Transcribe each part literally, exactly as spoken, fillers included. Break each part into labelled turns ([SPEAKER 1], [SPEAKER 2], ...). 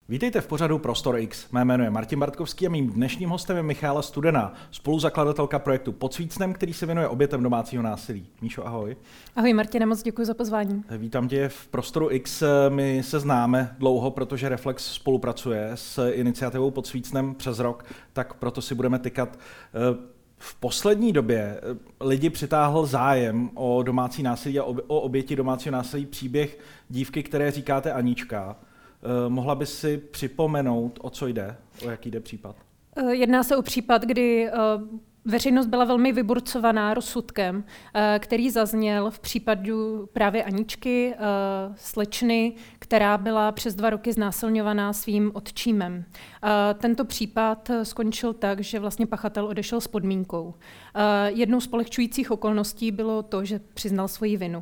[SPEAKER 1] Vítejte v pořadu Prostor X. Mé jméno je Martin Bartkovský a mým dnešním hostem je Michála Studená, spoluzakladatelka projektu Pod svícnem, který se věnuje obětem domácího násilí. Míšo, ahoj.
[SPEAKER 2] Ahoj Martine, moc děkuji za pozvání.
[SPEAKER 1] Vítám tě v Prostoru X. My se známe dlouho, protože Reflex spolupracuje s iniciativou Pod svícnem přes rok, tak proto si budeme tykat. V poslední době lidi přitáhl zájem o domácí násilí a o oběti domácího násilí příběh dívky, které říkáte Anička. Mohla by si připomenout, o co jde, o jaký jde případ?
[SPEAKER 2] Jedná se o případ, kdy veřejnost byla velmi vyburcovaná rozsudkem, který zazněl v případu právě Aničky, slečny, která byla přes dva roky znásilňovaná svým otčímem. Tento případ skončil tak, že vlastně pachatel odešel s podmínkou. Jednou z polehčujících okolností bylo to, že přiznal svoji vinu.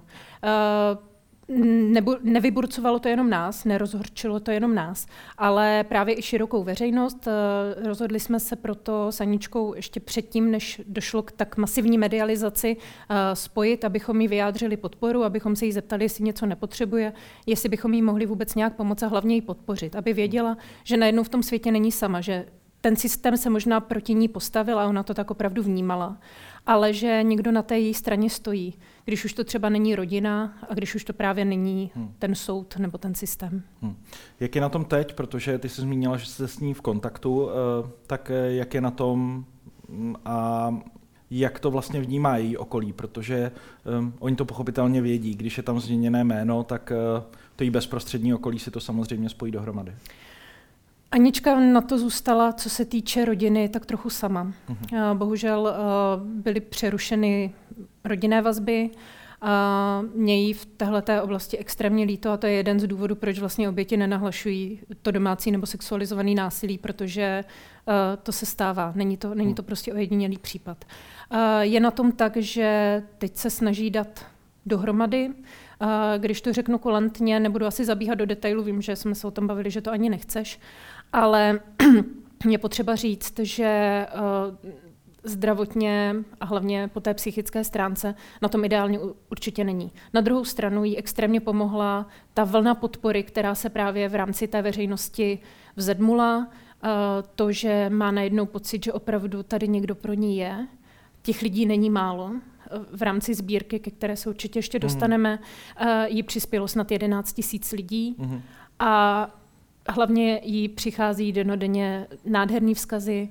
[SPEAKER 2] Nebo nevyburcovalo to jenom nás, nerozhorčilo to jenom nás, ale právě i širokou veřejnost. Rozhodli jsme se proto s Aničkou ještě předtím, než došlo k tak masivní medializaci, spojit, abychom jí vyjádřili podporu, abychom se jí zeptali, jestli něco nepotřebuje, jestli bychom jí mohli vůbec nějak pomoct a hlavně jí podpořit, aby věděla, že najednou v tom světě není sama, že ten systém se možná proti ní postavil a ona to tak opravdu vnímala, ale že někdo na té její straně stojí, když už to třeba není rodina a když už to právě není hmm. ten soud nebo ten systém.
[SPEAKER 1] Hmm. Jak je na tom teď, protože ty jsi zmínila, že jste s ní v kontaktu, tak jak je na tom a jak to vlastně vnímá její okolí, protože um, oni to pochopitelně vědí, když je tam změněné jméno, tak uh, to jí bezprostřední okolí si to samozřejmě spojí dohromady.
[SPEAKER 2] Anička na to zůstala, co se týče rodiny, tak trochu sama. Uh-huh. Bohužel byly přerušeny rodinné vazby. Mě jí v téhleté oblasti extrémně líto a to je jeden z důvodů, proč vlastně oběti nenahlašují to domácí nebo sexualizovaný násilí, protože to se stává. Není to, není to prostě ojedinělý případ. Je na tom tak, že teď se snaží dát dohromady. Když to řeknu kulantně, nebudu asi zabíhat do detailu, vím, že jsme se o tom bavili, že to ani nechceš, ale je potřeba říct, že zdravotně a hlavně po té psychické stránce na tom ideálně určitě není. Na druhou stranu jí extrémně pomohla ta vlna podpory, která se právě v rámci té veřejnosti vzedmula, to, že má najednou pocit, že opravdu tady někdo pro ní je. Těch lidí není málo. V rámci sbírky, ke které se určitě ještě dostaneme, mm. jí přispělo snad jedenáct tisíc lidí mm. a hlavně jí přichází dennodenně nádherný vzkazy,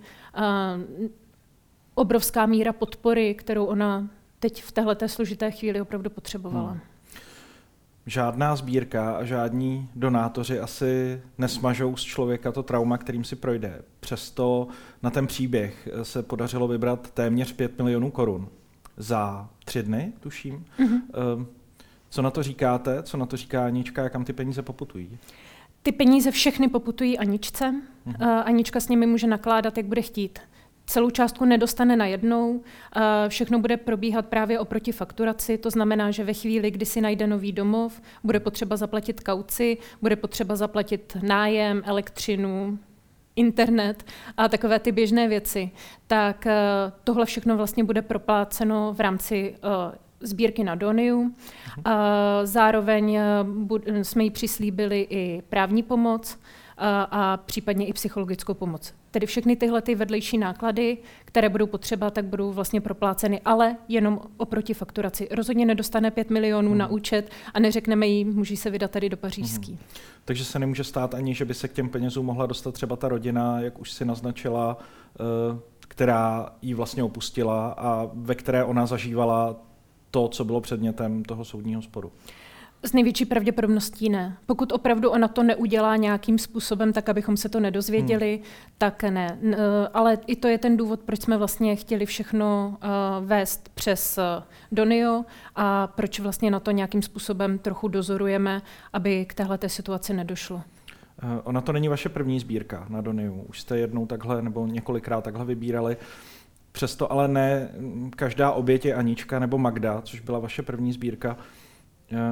[SPEAKER 2] obrovská míra podpory, kterou ona teď v téhleté složité chvíli opravdu potřebovala. Mm.
[SPEAKER 1] Žádná sbírka a žádní donátoři asi nesmažou z člověka to trauma, kterým si projde. Přesto na ten příběh se podařilo vybrat téměř pět milionů korun. Za tři dny, tuším. Mm-hmm. Co na to říkáte? Co na to říká Anička? Jak kam ty peníze poputují?
[SPEAKER 2] Ty peníze všechny poputují Aničce. Mm-hmm. Anička s nimi může nakládat, jak bude chtít. Celou částku nedostane najednou, všechno bude probíhat právě oproti fakturaci, to znamená, že ve chvíli, kdy si najde nový domov, bude potřeba zaplatit kauci, bude potřeba zaplatit nájem, elektřinu, internet a takové ty běžné věci, tak tohle všechno vlastně bude propláceno v rámci sbírky na Doniu. Zároveň jsme jí přislíbili i právní pomoc a případně i psychologickou pomoc. Tedy všechny tyhle ty vedlejší náklady, které budou potřeba, tak budou vlastně propláceny, ale jenom oproti fakturaci. Rozhodně nedostane pět milionů hmm. na účet a neřekneme jí, může se vydat tady do pařížský. Hmm.
[SPEAKER 1] Takže se nemůže stát ani, že by se k těm penězům mohla dostat třeba ta rodina, jak už si naznačila, která ji vlastně opustila a ve které ona zažívala to, co bylo předmětem toho soudního sporu.
[SPEAKER 2] S největší pravděpodobností ne. Pokud opravdu ona to neudělá nějakým způsobem, tak abychom se to nedozvěděli, hmm. tak ne. Ale i to je ten důvod, proč jsme vlastně chtěli všechno uh, vést přes uh, Donio a proč vlastně na to nějakým způsobem trochu dozorujeme, aby k téhleté situaci nedošlo.
[SPEAKER 1] Uh, ona to není vaše první sbírka na Doniu. Už jste jednou takhle nebo několikrát takhle vybírali. Přesto ale ne každá oběť je Anička nebo Magda, což byla vaše první sbírka. Uh,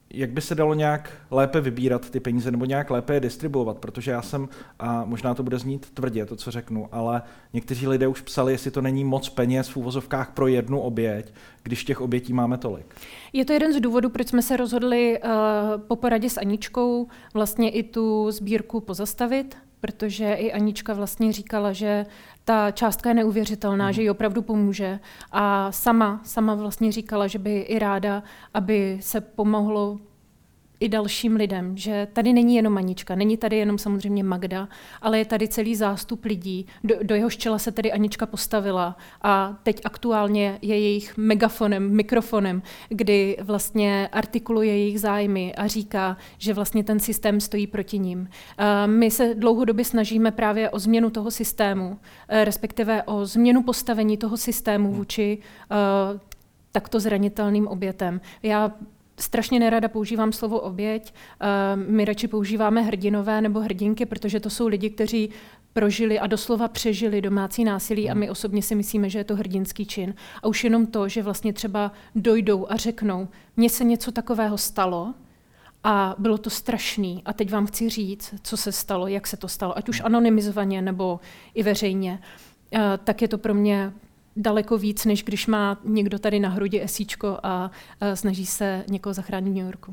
[SPEAKER 1] jak by se dalo nějak lépe vybírat ty peníze nebo nějak lépe je distribuovat, protože já jsem, a možná to bude znít tvrdě, to, co řeknu, ale někteří lidé už psali, jestli to není moc peněz v úvozovkách pro jednu oběť, když těch obětí máme tolik.
[SPEAKER 2] Je to jeden z důvodů, proč jsme se rozhodli uh, po poradě s Aničkou vlastně i tu sbírku pozastavit, protože i Anička vlastně říkala, že ta částka je neuvěřitelná, mm. že jí opravdu pomůže a sama, sama vlastně říkala, že by i ráda, aby se pomohlo i dalším lidem, že tady není jenom Anička, není tady jenom samozřejmě Magda, ale je tady celý zástup lidí, do, do jehož čela se tedy Anička postavila a teď aktuálně je jejich megafonem, mikrofonem, kdy vlastně artikuluje jejich zájmy a říká, že vlastně ten systém stojí proti ním. My se dlouhodobě snažíme právě o změnu toho systému, respektive o změnu postavení toho systému vůči uh, takto zranitelným obětem. Já strašně nerada používám slovo oběť, my radši používáme hrdinové nebo hrdinky, protože to jsou lidi, kteří prožili a doslova přežili domácí násilí a my osobně si myslíme, že je to hrdinský čin. A už jenom to, že vlastně třeba dojdou a řeknou, mně se něco takového stalo a bylo to strašný a teď vám chci říct, co se stalo, jak se to stalo, ať už anonymizovaně nebo i veřejně, tak je to pro mě daleko víc, než když má někdo tady na hrudi esíčko a, a snaží se někoho zachránit v New Yorku.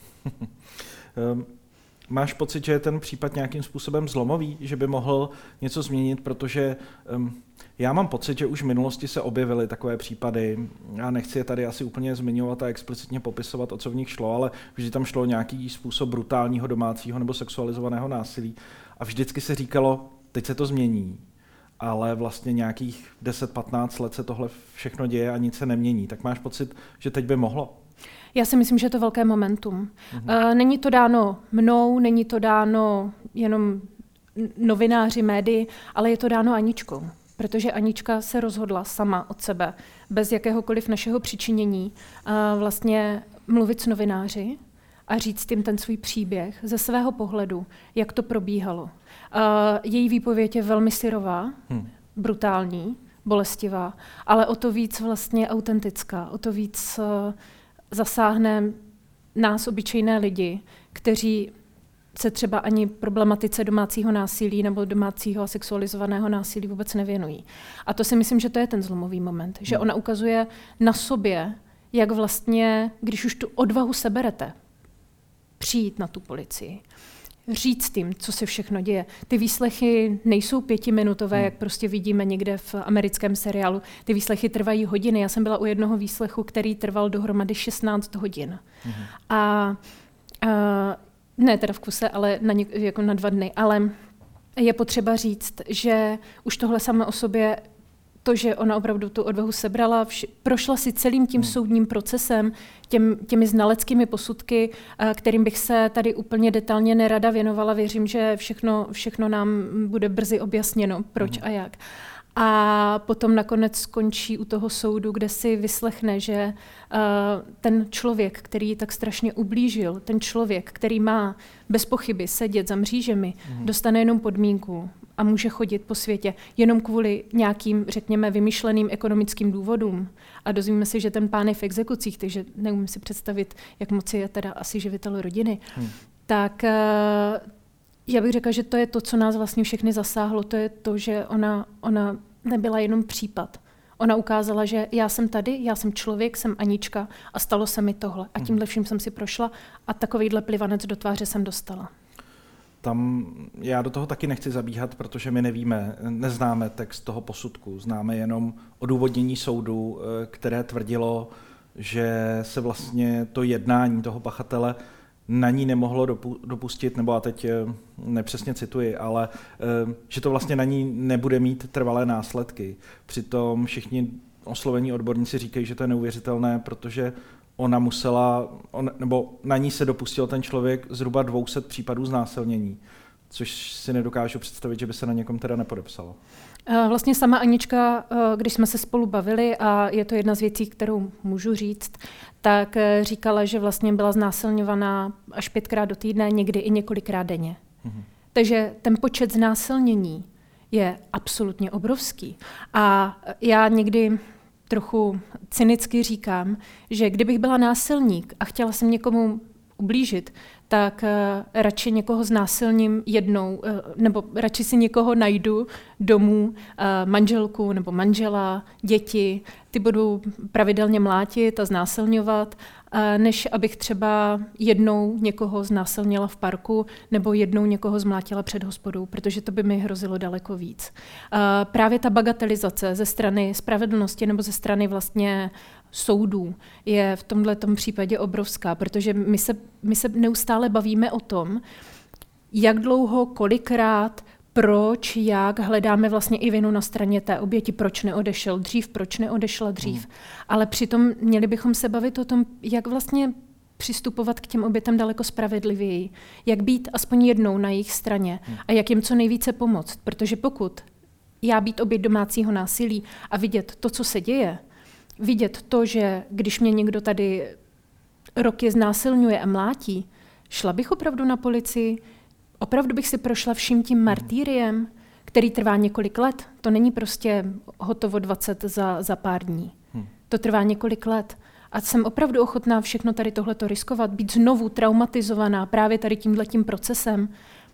[SPEAKER 1] Máš pocit, že je ten případ nějakým způsobem zlomový, že by mohl něco změnit, protože um, já mám pocit, že už v minulosti se objevily takové případy, já nechci je tady asi úplně zmiňovat a explicitně popisovat, o co v nich šlo, ale vždy tam šlo nějaký způsob brutálního domácího nebo sexualizovaného násilí a vždycky se říkalo, teď se to změní. Ale vlastně nějakých deset patnáct let se tohle všechno děje a nic se nemění. Tak máš pocit, že teď by mohlo?
[SPEAKER 2] Já si myslím, že je to velké momentum. Mhm. Není to dáno mnou, není to dáno jenom novináři, médii, ale je to dáno Aničkou. Protože Anička se rozhodla sama od sebe, bez jakéhokoliv našeho přičinění, vlastně mluvit s novináři a říct jim ten svůj příběh ze svého pohledu, jak to probíhalo. Uh, její výpověď je velmi syrová, hmm. brutální, bolestivá, ale o to víc vlastně autentická, o to víc uh, zasáhne nás, obyčejné lidi, kteří se třeba ani problematice domácího násilí nebo domácího a sexualizovaného násilí vůbec nevěnují. A to si myslím, že to je ten zlomový moment, že ona ukazuje na sobě, jak vlastně, když už tu odvahu seberete, přijít na tu policii, říct tím, co se všechno děje. Ty výslechy nejsou pětiminutové, hmm. jak prostě vidíme někde v americkém seriálu. Ty výslechy trvají hodiny. Já jsem byla u jednoho výslechu, který trval dohromady šestnáct hodin. Hmm. A, a ne teda v kuse, ale na, něk, jako na dva dny. Ale je potřeba říct, že už tohle samo o sobě to, že ona opravdu tu odvahu sebrala, vš- prošla si celým tím hmm. soudním procesem, těm, těmi znaleckými posudky, kterým bych se tady úplně detailně nerada věnovala. Věřím, že všechno, všechno nám bude brzy objasněno, proč hmm. a jak. A potom nakonec skončí u toho soudu, kde si vyslechne, že uh, ten člověk, který tak strašně ublížil, ten člověk, který má bez pochyby sedět za mřížemi, mm. dostane jenom podmínku a může chodit po světě jenom kvůli nějakým, řekněme, vymyšleným ekonomickým důvodům. A dozvíme si, že ten pán je v exekucích, takže neumím si představit, jak moc je teda asi živitel rodiny. Mm. Tak uh, já bych řekla, že to je to, co nás vlastně všechny zasáhlo. To je to, že ona, ona nebyla jenom případ. Ona ukázala, že já jsem tady, já jsem člověk, jsem Anička a stalo se mi tohle. A tímhle vším jsem si prošla a takovýhle plivanec do tváře jsem dostala.
[SPEAKER 1] Tam já do toho taky nechci zabíhat, protože my nevíme, neznáme text toho posudku. Známe jenom odůvodnění soudu, které tvrdilo, že se vlastně to jednání toho pachatele na ní nemohlo dopustit, nebo a teď nepřesně cituji, ale že to vlastně na ní nebude mít trvalé následky. Přitom všichni oslovení odborníci říkají, že to je neuvěřitelné, protože ona musela, on, nebo na ní se dopustil ten člověk zhruba dvě stě případů znásilnění, což si nedokážu představit, že by se na někom teda nepodepsalo.
[SPEAKER 2] Vlastně sama Anička, když jsme se spolu bavili, a je to jedna z věcí, kterou můžu říct, tak říkala, že vlastně byla znásilňovaná až pětkrát do týdne, někdy i několikrát denně. Mhm. Takže ten počet znásilnění je absolutně obrovský. A já někdy trochu cynicky říkám, že kdybych byla násilník a chtěla jsem někomu ublížit, tak uh, radši někoho znásilním jednou, uh, nebo radši si někoho najdu domů, uh, manželku nebo manžela, děti, ty budu pravidelně mlátit a znásilňovat, uh, než abych třeba jednou někoho znásilnila v parku nebo jednou někoho zmlátila před hospodou, protože to by mi hrozilo daleko víc. Uh, právě ta bagatelizace ze strany spravedlnosti nebo ze strany vlastně soudů je v tomhletom případě obrovská, protože my se, my se neustále bavíme o tom, jak dlouho, kolikrát, proč, jak hledáme vlastně i vinu na straně té oběti, proč neodešel dřív, proč neodešla dřív. Hmm. Ale přitom měli bychom se bavit o tom, jak vlastně přistupovat k těm obětem daleko spravedlivěji, jak být aspoň jednou na jejich straně hmm. a jak jim co nejvíce pomoct. Protože pokud já být oběť domácího násilí a vidět to, co se děje, vidět to, že když mě někdo tady roky znásilňuje a mlátí, šla bych opravdu na policii, opravdu bych si prošla vším tím martýriem, který trvá několik let. To není prostě hotovo dvacet za, za pár dní. Hmm. To trvá několik let. A jsem opravdu ochotná všechno tady tohleto riskovat, být znovu traumatizovaná právě tady tímhletím procesem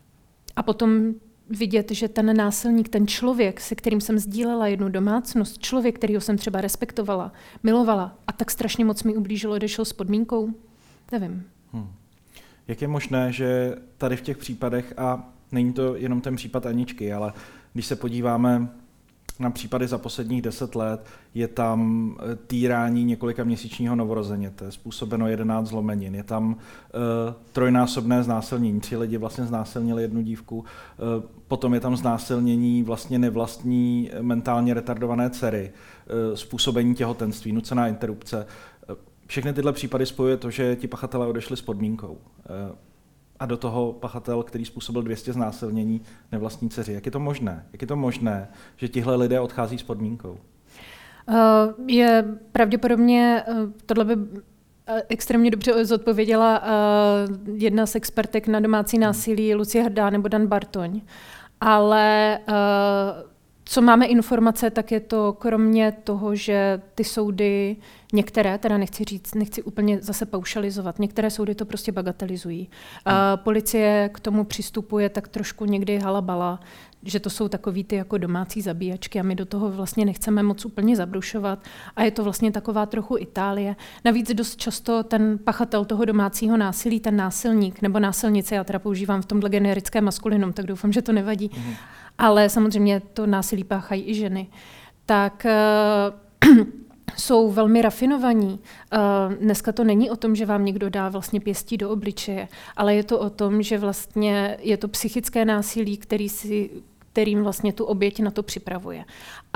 [SPEAKER 2] a potom vidět, že ten násilník, ten člověk, se kterým jsem sdílela jednu domácnost, člověk, kterýho jsem třeba respektovala, milovala a tak strašně moc mi ublížil, odešel s podmínkou, nevím. Hmm.
[SPEAKER 1] Jak je možné, že tady v těch případech, a není to jenom ten případ Aničky, ale když se podíváme na případy za posledních deset let, je tam týrání několika měsíčního novorozeněte, způsobeno jedenáct zlomenin, je tam uh, trojnásobné znásilnění, tři lidi vlastně znásilnili jednu dívku, uh, potom je tam znásilnění vlastně nevlastní mentálně retardované dcery, uh, způsobení těhotenství, nucená interrupce. Uh, všechny tyhle případy spojuje to, že ti pachatelé odešli s podmínkou. Uh, A do toho pachatel, který způsobil dvě stě znásilnění nevlastní dceři. Jak je to možné? Jak je to možné, že tihle lidé odchází s podmínkou?
[SPEAKER 2] Je pravděpodobně, tohle by extrémně dobře zodpověděla jedna z expertek na domácí násilí, Lucie Hrdá nebo Dan Bartoň. Ale co máme informace, tak je to kromě toho, že ty soudy, některé, teda nechci říct, nechci úplně zase paušalizovat, některé soudy to prostě bagatelizují. Hmm. Policie k tomu přistupuje tak trošku někdy halabala, že to jsou takový ty jako domácí zabíjačky a my do toho vlastně nechceme moc úplně zabrušovat a je to vlastně taková trochu Itálie. Navíc dost často ten pachatel toho domácího násilí, ten násilník nebo násilnice, já teda používám v tomhle generické maskulinum, tak doufám, že to nevadí, hmm. ale samozřejmě to násilí páchají i ženy, tak uh, jsou velmi rafinovaní. Uh, dneska to není o tom, že vám někdo dá vlastně pěstí do obličeje, ale je to o tom, že vlastně je to psychické násilí, který si, kterým vlastně tu oběť na to připravuje.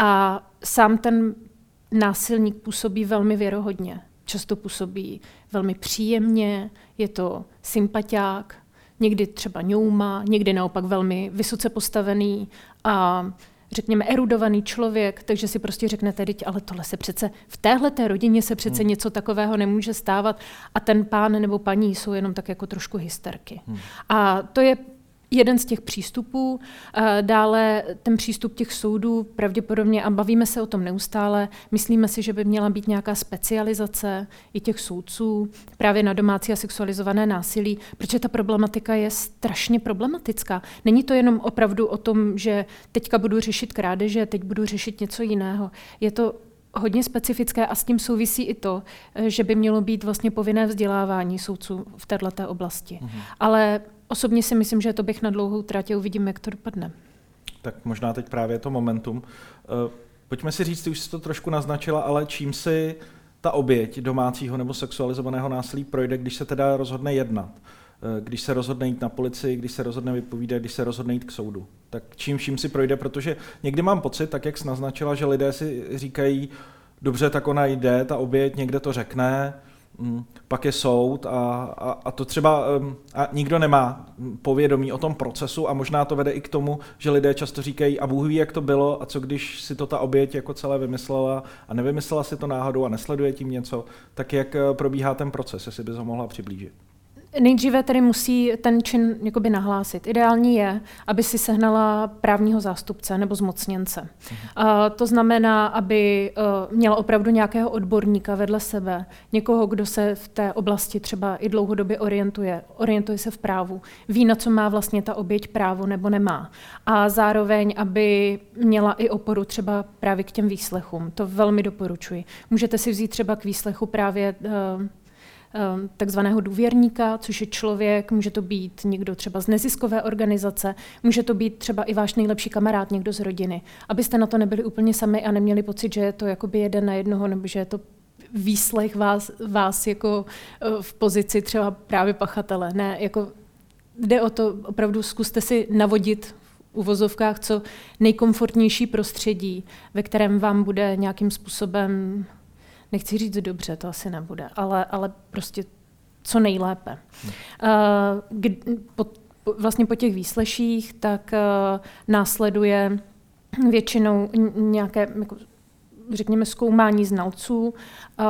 [SPEAKER 2] A sám ten násilník působí velmi věrohodně. Často působí velmi příjemně, je to sympatiák, někdy třeba ňouma, někdy naopak velmi vysoce postavený a řekněme erudovaný člověk, takže si prostě řeknete, teď, ale tohle se přece, v téhleté rodině se přece hmm. něco takového nemůže stávat a ten pán nebo paní jsou jenom tak jako trošku hysterky. Hmm. A to je jeden z těch přístupů. Dále ten přístup těch soudů pravděpodobně, a bavíme se o tom neustále, myslíme si, že by měla být nějaká specializace i těch soudců právě na domácí a sexualizované násilí, protože ta problematika je strašně problematická. Není to jenom opravdu o tom, že teďka budu řešit krádeže, teď budu řešit něco jiného. Je to hodně specifické a s tím souvisí i to, že by mělo být vlastně povinné vzdělávání soudců v této oblasti. Mhm. Ale osobně si myslím, že to bych na dlouhou trať, uvidím, jak to dopadne.
[SPEAKER 1] Tak možná teď právě to momentum. Pojďme si říct, ty už jsi to trošku naznačila, ale čím si ta oběť domácího nebo sexualizovaného násilí projde, když se teda rozhodne jednat? Když se rozhodne jít na policii, když se rozhodne vypovídat, když se rozhodne jít k soudu. Tak čím vším si projde, protože někdy mám pocit, tak jak jsi naznačila, že lidé si říkají, dobře, tak ona jde, ta oběť někde to řekne, pak je soud a, a, a to třeba a nikdo nemá povědomí o tom procesu a možná to vede i k tomu, že lidé často říkají a Bůh ví, jak to bylo a co když si to ta oběť jako celé vymyslela a nevymyslela si to náhodou a nesleduje tím něco, tak jak probíhá ten proces, jestli bys ho mohla přiblížit?
[SPEAKER 2] Nejdříve tedy musí ten čin jakoby nahlásit. Ideální je, aby si sehnala právního zástupce nebo zmocněnce. Uh, to znamená, aby uh, měla opravdu nějakého odborníka vedle sebe, někoho, kdo se v té oblasti třeba i dlouhodobě orientuje, orientuje se v právu, ví, na co má vlastně ta oběť právo nebo nemá. A zároveň, aby měla i oporu třeba právě k těm výslechům. To velmi doporučuji. Můžete si vzít třeba k výslechu právě uh, takzvaného důvěrníka, což je člověk, může to být někdo třeba z neziskové organizace, může to být třeba i váš nejlepší kamarád, někdo z rodiny, abyste na to nebyli úplně sami a neměli pocit, že je to jakoby jeden na jednoho, nebo že je to výslech vás, vás jako v pozici třeba právě pachatele. Ne, jako jde o to, opravdu zkuste si navodit v uvozovkách co nejkomfortnější prostředí, ve kterém vám bude nějakým způsobem, nechci říct dobře, to asi nebude, ale, ale prostě co nejlépe. Hmm. Uh, kdy, po, po, vlastně po těch výsleších tak uh, následuje většinou nějaké, jako, řekněme, zkoumání znalců. Uh,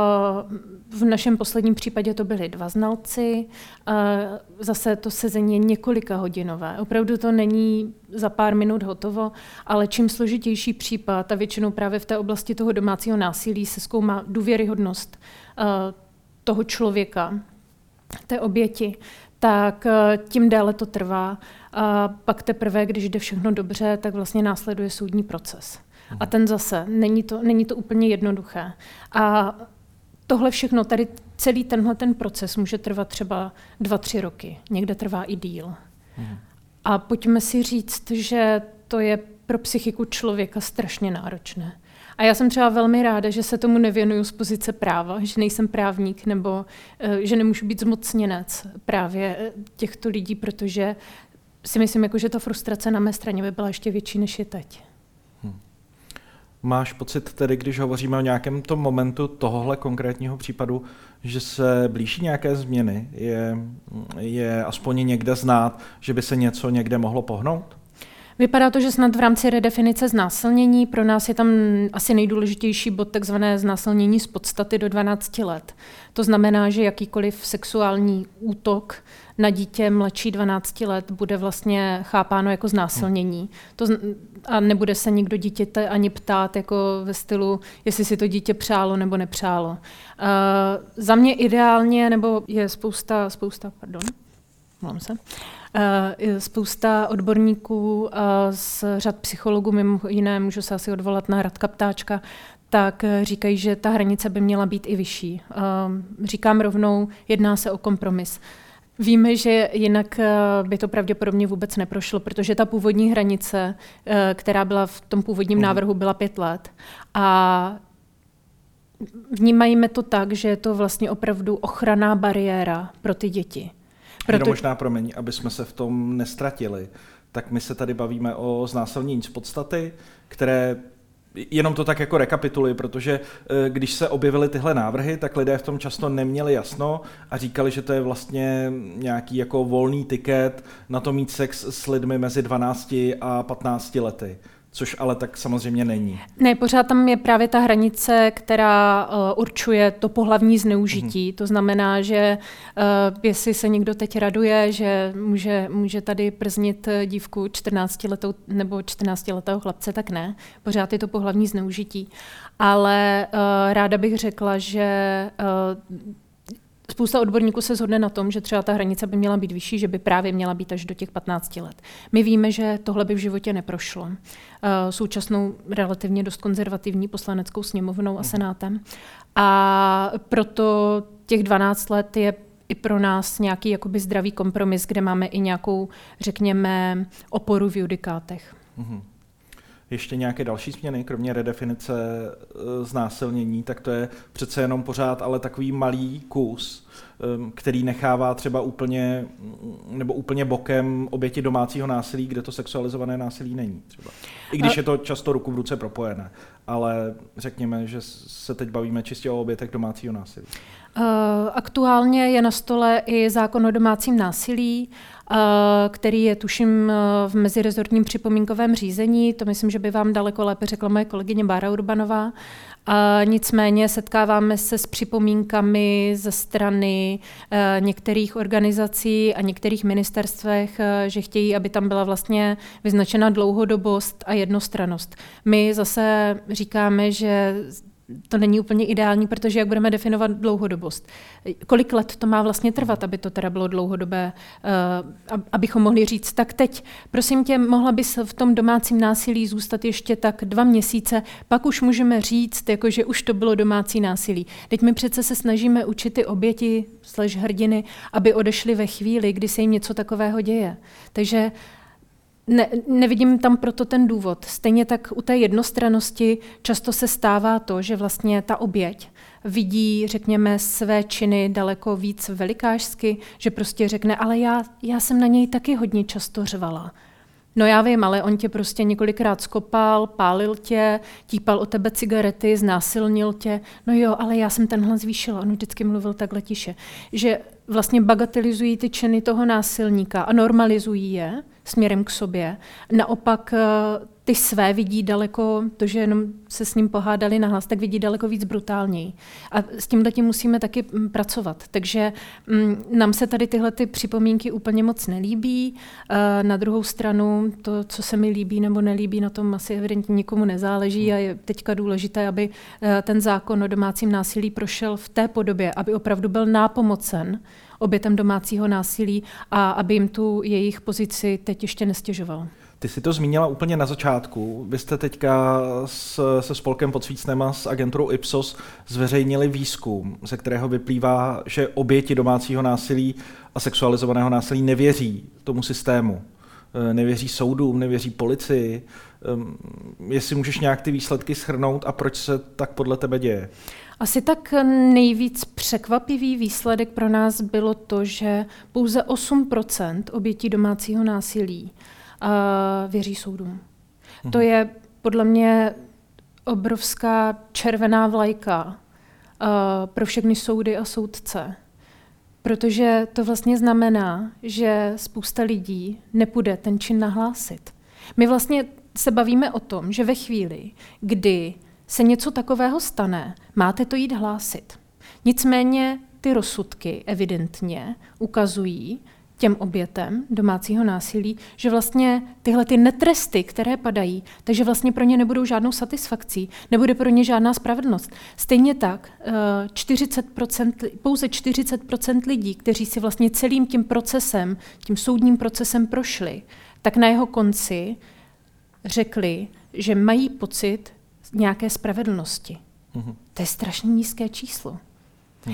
[SPEAKER 2] v našem posledním případě to byli dva znalci. Uh, zase to sezení je několika hodinové. Opravdu to není za pár minut hotovo, ale čím složitější případ, a většinou právě v té oblasti toho domácího násilí se zkoumá důvěryhodnost uh, toho člověka, té oběti, tak uh, tím déle to trvá. A pak teprve, když jde všechno dobře, tak vlastně následuje soudní proces. A ten zase, není to, není to úplně jednoduché. A tohle všechno, tady celý tenhle ten proces může trvat třeba dva, tři roky. Někde trvá i díl. Hmm. A pojďme si říct, že to je pro psychiku člověka strašně náročné. A já jsem třeba velmi ráda, že se tomu nevěnuju z pozice práva, že nejsem právník nebo že nemůžu být zmocněnec právě těchto lidí, protože si myslím, jako, že ta frustrace na mé straně by byla ještě větší, než je teď.
[SPEAKER 1] Máš pocit tedy, když hovoříme o nějakém tom momentu tohohle konkrétního případu, že se blíží nějaké změny? Je, je aspoň někde znát, že by se něco někde mohlo pohnout?
[SPEAKER 2] Vypadá to, že snad v rámci redefinice znásilnění pro nás je tam asi nejdůležitější bod takzvané znásilnění z podstaty do dvanácti let. To znamená, že jakýkoliv sexuální útok na dítě mladší dvanácti let bude vlastně chápáno jako znásilnění. To z- a nebude se nikdo dítěte ani ptát jako ve stylu, jestli si to dítě přálo nebo nepřálo. Uh, za mě ideálně, nebo je spousta, spousta, pardon, mluvám se, Uh, spousta odborníků uh, z řad psychologů, mimo jiné můžu se asi odvolat na Radka Ptáčka, tak uh, říkají, že ta hranice by měla být i vyšší. Uh, říkám rovnou, jedná se o kompromis. Víme, že jinak uh, by to pravděpodobně vůbec neprošlo, protože ta původní hranice, uh, která byla v tom původním návrhu, byla pět let. A vnímajme to tak, že je to vlastně opravdu ochranná bariéra pro ty děti.
[SPEAKER 1] Proto... Jenom možná, promiň, aby jsme se v tom nestratili, tak my se tady bavíme o znásilnění z podstaty, které, jenom to tak jako rekapituluji, protože když se objevily tyhle návrhy, tak lidé v tom často neměli jasno a říkali, že to je vlastně nějaký jako volný tiket na to mít sex s lidmi mezi dvanácti a patnácti lety. Což ale tak samozřejmě není.
[SPEAKER 2] Ne, pořád tam je právě ta hranice, která uh, určuje to pohlavní zneužití. Mm. To znamená, že uh, jestli se někdo teď raduje, že může, může tady prznit dívku čtrnáctiletou nebo čtrnáctiletého chlapce, tak ne. Pořád je to pohlavní zneužití. Ale uh, ráda bych řekla, že uh, spousta odborníků se shodne na tom, že třeba ta hranice by měla být vyšší, že by právě měla být až do těch patnácti let. My víme, že tohle by v životě neprošlo. Uh, současnou relativně dost konzervativní poslaneckou sněmovnou a senátem. A proto těch dvanáct let je i pro nás nějaký jakoby zdravý kompromis, kde máme i nějakou, řekněme, oporu v judikátech. Mm-hmm.
[SPEAKER 1] Ještě nějaké další změny, kromě redefinice znásilnění, tak to je přece jenom pořád ale takový malý kus, který nechává třeba úplně, nebo úplně bokem oběti domácího násilí, kde to sexualizované násilí není třeba. I když je to často ruku v ruce propojené, ale řekněme, že se teď bavíme čistě o obětech domácího násilí.
[SPEAKER 2] Aktuálně je na stole i zákon o domácím násilí který je tuším v mezirezortním připomínkovém řízení. To myslím, že by vám daleko lépe řekla moje kolegyně Bára Urbanová. A nicméně setkáváme se s připomínkami ze strany e, některých organizací a některých ministerstvech, e, že chtějí, aby tam byla vlastně vyznačena dlouhodobost a jednostrannost. My zase říkáme, že to není úplně ideální, protože jak budeme definovat dlouhodobost? Kolik let to má vlastně trvat, aby to teda bylo dlouhodobé, uh, abychom mohli říct, tak teď, prosím tě, mohla bys v tom domácím násilí zůstat ještě tak dva měsíce, pak už můžeme říct, jako, že už to bylo domácí násilí. Teď my přece se snažíme učit ty oběti, slash hrdiny, aby odešly ve chvíli, kdy se jim něco takového děje. Takže Ne, nevidím tam proto ten důvod. Stejně tak u té jednostrannosti často se stává to, že vlastně ta oběť vidí, řekněme, své činy daleko víc velikášsky, že prostě řekne, ale já, já jsem na něj taky hodně často řvala. No já vím, ale on tě prostě několikrát skopal, pálil tě, típal o tebe cigarety, znásilnil tě. No jo, ale já jsem tenhle zvýšila, on vždycky mluvil takhle tiše. Že vlastně bagatelizují ty činy toho násilníka a normalizují je směrem k sobě. Naopak ty své vidí daleko, to, že jenom se s ním pohádali nahlas, tak vidí daleko víc brutálněji. A s tímhletím musíme taky pracovat. Takže m, nám se tady tyhle ty připomínky úplně moc nelíbí. E, na druhou stranu to, co se mi líbí nebo nelíbí, na tom asi evidentně nikomu nezáleží a je teďka důležité, aby ten zákon o domácím násilí prošel v té podobě, aby opravdu byl nápomocen obětem domácího násilí a aby jim tu jejich pozici teď ještě nestěžoval.
[SPEAKER 1] Ty jsi to zmínila úplně na začátku. Vy jste teďka s, se spolkem Pod svícnem a s agenturou Ipsos zveřejnili výzkum, ze kterého vyplývá, že oběti domácího násilí a sexualizovaného násilí nevěří tomu systému. Nevěří soudům, nevěří policii. Jestli můžeš nějak ty výsledky shrnout a proč se tak podle tebe děje?
[SPEAKER 2] Asi tak nejvíc překvapivý výsledek pro nás bylo to, že pouze osm procent obětí domácího násilí uh, věří soudům. Hmm. To je podle mě obrovská červená vlajka uh, pro všechny soudy a soudce. Protože to vlastně znamená, že spousta lidí nepůjde ten čin nahlásit. My vlastně se bavíme o tom, že ve chvíli, kdy se něco takového stane, máte to jít hlásit. Nicméně ty rozsudky evidentně ukazují těm obětem domácího násilí, že vlastně tyhle ty netresty, které padají, takže vlastně pro ně nebudou žádnou satisfakcí, nebude pro ně žádná spravedlnost. Stejně tak čtyřicet procent, pouze čtyřicet procent lidí, kteří si vlastně celým tím procesem, tím soudním procesem prošli, tak na jeho konci řekli, že mají pocit nějaké spravedlnosti. Mm-hmm. To je strašně nízké číslo. Mm.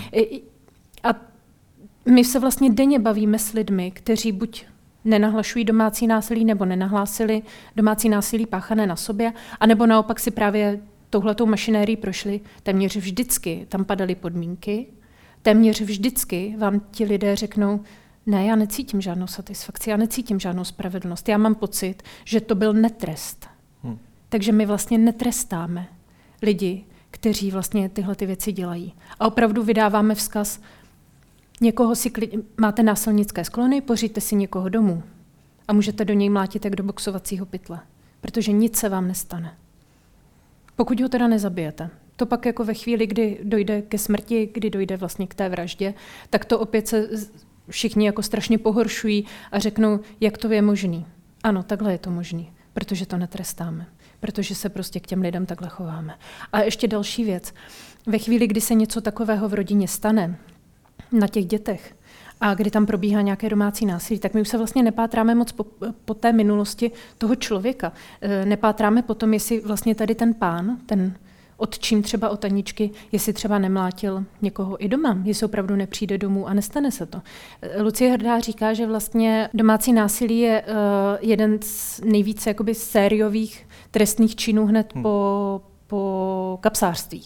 [SPEAKER 2] A my se vlastně denně bavíme s lidmi, kteří buď nenahlašují domácí násilí nebo nenahlásili domácí násilí páchané na sobě, anebo naopak si právě touhletou mašinérií prošli. Téměř vždycky tam padaly podmínky, téměř vždycky vám ti lidé řeknou, ne, já necítím žádnou satisfakci, já necítím žádnou spravedlnost, já mám pocit, že to byl netrest. Hmm. Takže my vlastně netrestáme lidi, kteří vlastně tyhle ty věci dělají. A opravdu vydáváme vzkaz, někoho si klid... máte násilnické sklony, pořiďte si někoho domů a můžete do něj mlátit jak do boxovacího pytle, protože nic se vám nestane. Pokud ho teda nezabijete. To pak jako ve chvíli, kdy dojde ke smrti, kdy dojde vlastně k té vraždě, tak to opět se všichni jako strašně pohoršují a řeknou, jak to je možný. Ano, takhle je to možný, protože to netrestáme, protože se prostě k těm lidem takhle chováme. A ještě další věc. Ve chvíli, kdy se něco takového v rodině stane, na těch dětech, a kdy tam probíhá nějaké domácí násilí, tak my už se vlastně nepátráme moc po, po té minulosti toho člověka. E, nepátráme po tom, jestli vlastně tady ten pán, ten otčím třeba od Aničky, jestli třeba nemlátil někoho i doma, jestli opravdu nepřijde domů a nestane se to. E, Lucie Hrdá říká, že vlastně domácí násilí je e, jeden z nejvíce jakoby sériových trestných činů hned hmm. po, po kapsářství.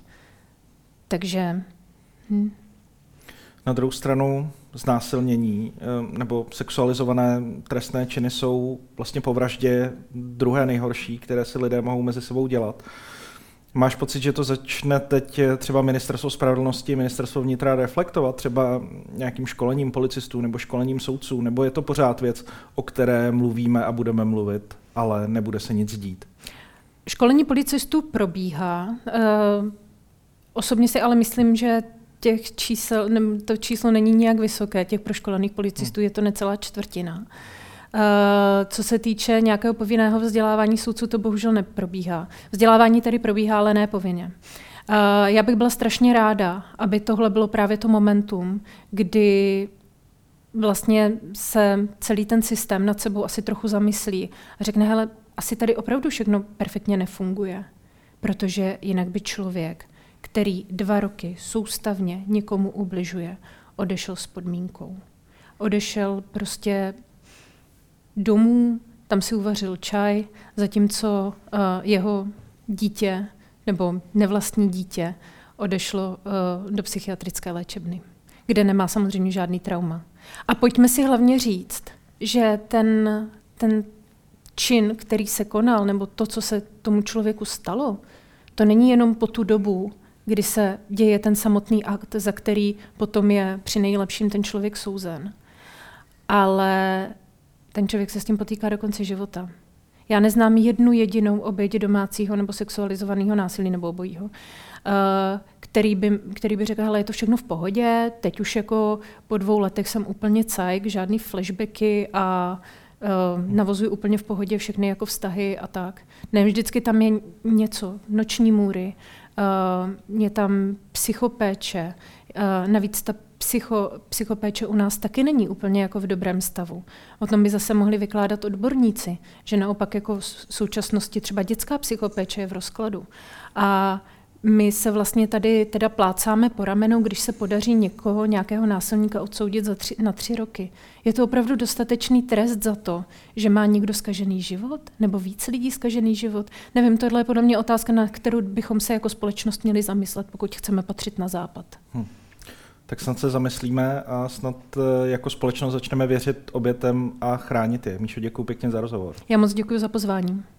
[SPEAKER 2] Takže... Hm.
[SPEAKER 1] Na druhou stranu znásilnění nebo sexualizované trestné činy jsou vlastně po vraždě druhé nejhorší, které si lidé mohou mezi sebou dělat. Máš pocit, že to začne teď třeba Ministerstvo spravedlnosti, Ministerstvo vnitra reflektovat třeba nějakým školením policistů nebo školením soudců, nebo je to pořád věc, o které mluvíme a budeme mluvit, ale nebude se nic dít?
[SPEAKER 2] Školení policistů probíhá. Osobně si ale myslím, že těch čísel, to číslo není nějak vysoké, těch proškolených policistů, je to necelá čtvrtina. Co se týče nějakého povinného vzdělávání soudců, to bohužel neprobíhá. Vzdělávání tedy probíhá, ale ne povinně. Já bych byla strašně ráda, aby tohle bylo právě to momentum, kdy vlastně se celý ten systém nad sebou asi trochu zamyslí a řekne, hele, asi tady opravdu všechno perfektně nefunguje, protože jinak by člověk, který dva roky soustavně někomu ubližuje, odešel s podmínkou. Odešel prostě domů, tam si uvařil čaj, zatímco uh, jeho dítě nebo nevlastní dítě odešlo uh, do psychiatrické léčebny, kde nemá samozřejmě žádný trauma. A pojďme si hlavně říct, že ten, ten čin, který se konal, nebo to, co se tomu člověku stalo, to není jenom po tu dobu, kdy se děje ten samotný akt, za který potom je při nejlepším ten člověk souzen. Ale ten člověk se s tím potýká do konce života. Já neznám jednu jedinou oběť domácího nebo sexualizovaného násilí nebo obojího, který by, který by řekl, hele, je to všechno v pohodě, teď už jako po dvou letech jsem úplně cajk, žádný flashbacky a uh, navozuji úplně v pohodě všechny jako vztahy a tak. Ne, vždycky tam je něco, noční můry, uh, je tam psychopéče, uh, navíc ta Psycho, psychopéče u nás taky není úplně jako v dobrém stavu. O tom by zase mohli vykládat odborníci, že naopak jako v současnosti třeba dětská psychopéče je v rozkladu. A my se vlastně tady teda plácáme po ramenou, když se podaří někoho, nějakého násilníka odsoudit za tři, na tři roky. Je to opravdu dostatečný trest za to, že má někdo zkažený život? Nebo víc lidí zkažený život? Nevím, tohle je podle mě otázka, na kterou bychom se jako společnost měli zamyslet, pokud chceme patřit na západ. Hmm.
[SPEAKER 1] Tak snad se zamyslíme a snad jako společnost začneme věřit obětem a chránit je. Míšo, děkuji pěkně za rozhovor.
[SPEAKER 2] Já moc děkuji za pozvání.